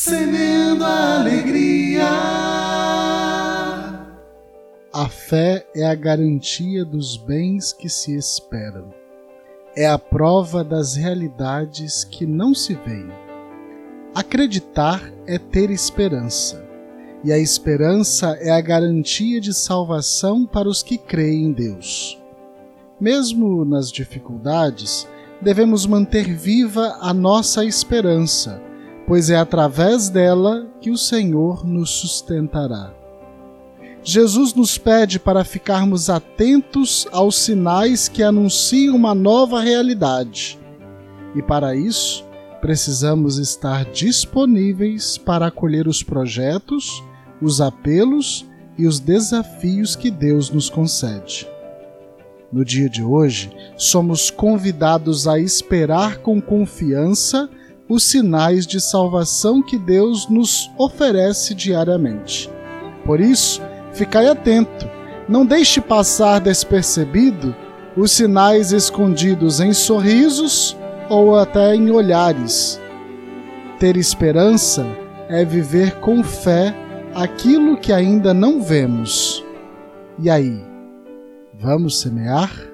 semeando a alegria. A fé é a garantia dos bens que se esperam. É a prova das realidades que não se veem. Acreditar é ter esperança, e a esperança é a garantia de salvação para os que creem em Deus. Mesmo nas dificuldades, devemos manter viva a nossa esperança, pois é através dela que o Senhor nos sustentará. Jesus nos pede para ficarmos atentos aos sinais que anunciam uma nova realidade. E para isso, precisamos estar disponíveis para acolher os projetos, os apelos e os desafios que Deus nos concede. No dia de hoje, somos convidados a esperar com confiança os sinais de salvação que Deus nos oferece diariamente. Por isso, ficai atento, não deixe passar despercebido os sinais escondidos em sorrisos ou até em olhares. Ter esperança é viver com fé aquilo que ainda não vemos. E aí, vamos semear?